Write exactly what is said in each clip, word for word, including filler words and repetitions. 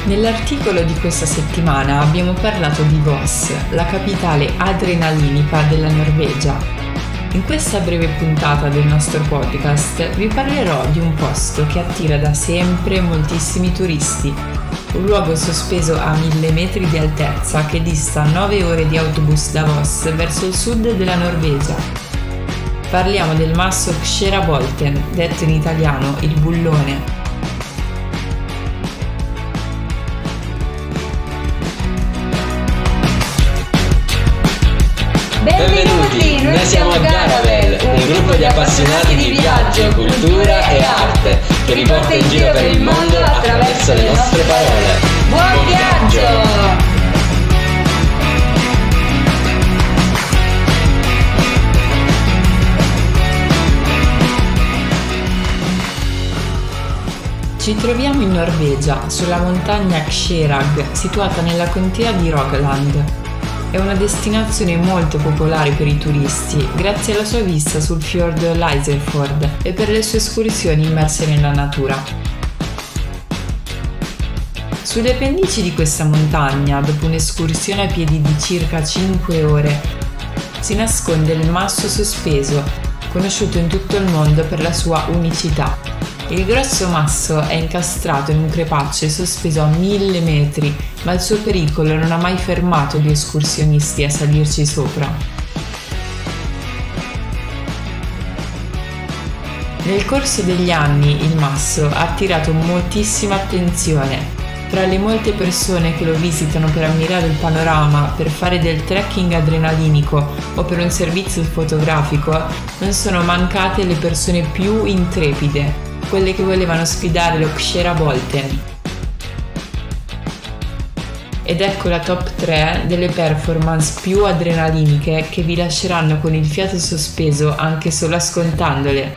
Nell'articolo di questa settimana abbiamo parlato di Voss, la capitale adrenalinica della Norvegia. In questa breve puntata del nostro podcast vi parlerò di un posto che attira da sempre moltissimi turisti, un luogo sospeso a mille metri di altezza che dista nove ore di autobus da Voss verso il sud della Norvegia. Parliamo del masso Skjerabolten, detto in italiano il bullone. Benvenuti, noi siamo Garavel, un gruppo di appassionati di viaggio, cultura e arte che vi porta in giro per il mondo attraverso le nostre parole. Buon viaggio! Ci troviamo in Norvegia, sulla montagna Skjerag, situata nella contea di Rogaland. È una destinazione molto popolare per i turisti, grazie alla sua vista sul fiordo Lyserfjord e per le sue escursioni immerse nella natura. Sulle pendici di questa montagna, dopo un'escursione a piedi di circa cinque ore, si nasconde il masso sospeso, conosciuto in tutto il mondo per la sua unicità. Il grosso masso è incastrato in un crepaccio sospeso a mille metri, ma il suo pericolo non ha mai fermato gli escursionisti a salirci sopra. Nel corso degli anni il masso ha attirato moltissima attenzione. Tra le molte persone che lo visitano per ammirare il panorama, per fare del trekking adrenalinico o per un servizio fotografico, non sono mancate le persone più intrepide, quelle che volevano sfidare lo Skjerabolten. Ed ecco la top tre delle performance più adrenaliniche che vi lasceranno con il fiato sospeso anche solo ascoltandole.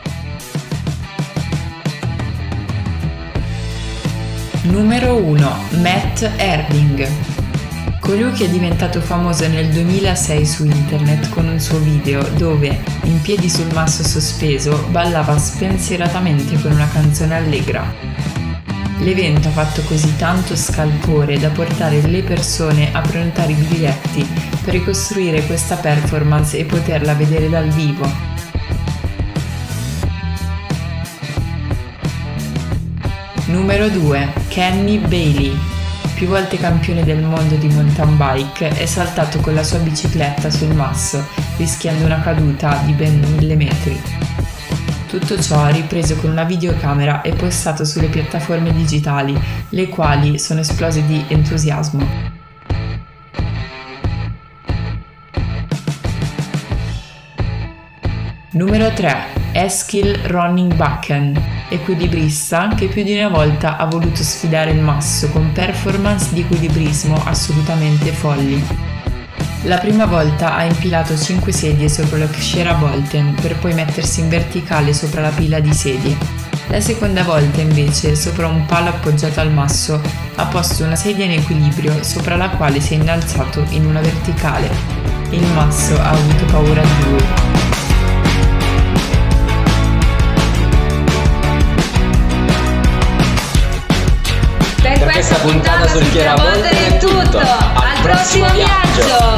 Numero uno. Matt Erding. Colui che è diventato famoso nel duemilasei su internet con un suo video dove, in piedi sul masso sospeso, ballava spensieratamente con una canzone allegra. L'evento ha fatto così tanto scalpore da portare le persone a prenotare i biglietti per ricostruire questa performance e poterla vedere dal vivo. Numero due. Kenny Bailey. Più volte campione del mondo di mountain bike, è saltato con la sua bicicletta sul masso, rischiando una caduta di ben mille metri. Tutto ciò ripreso con una videocamera e postato sulle piattaforme digitali, le quali sono esplose di entusiasmo. Numero tre. Eskil Ronning-Bakken, equilibrista che più di una volta ha voluto sfidare il masso con performance di equilibrismo assolutamente folli. La prima volta ha impilato cinque sedie sopra lo Skjerabolten per poi mettersi in verticale sopra la pila di sedie. La seconda volta invece, sopra un palo appoggiato al masso, ha posto una sedia in equilibrio sopra la quale si è innalzato in una verticale. Il masso ha avuto paura di lui. Per questa puntata sul Skjerabolten è tutto, al prossimo viaggio!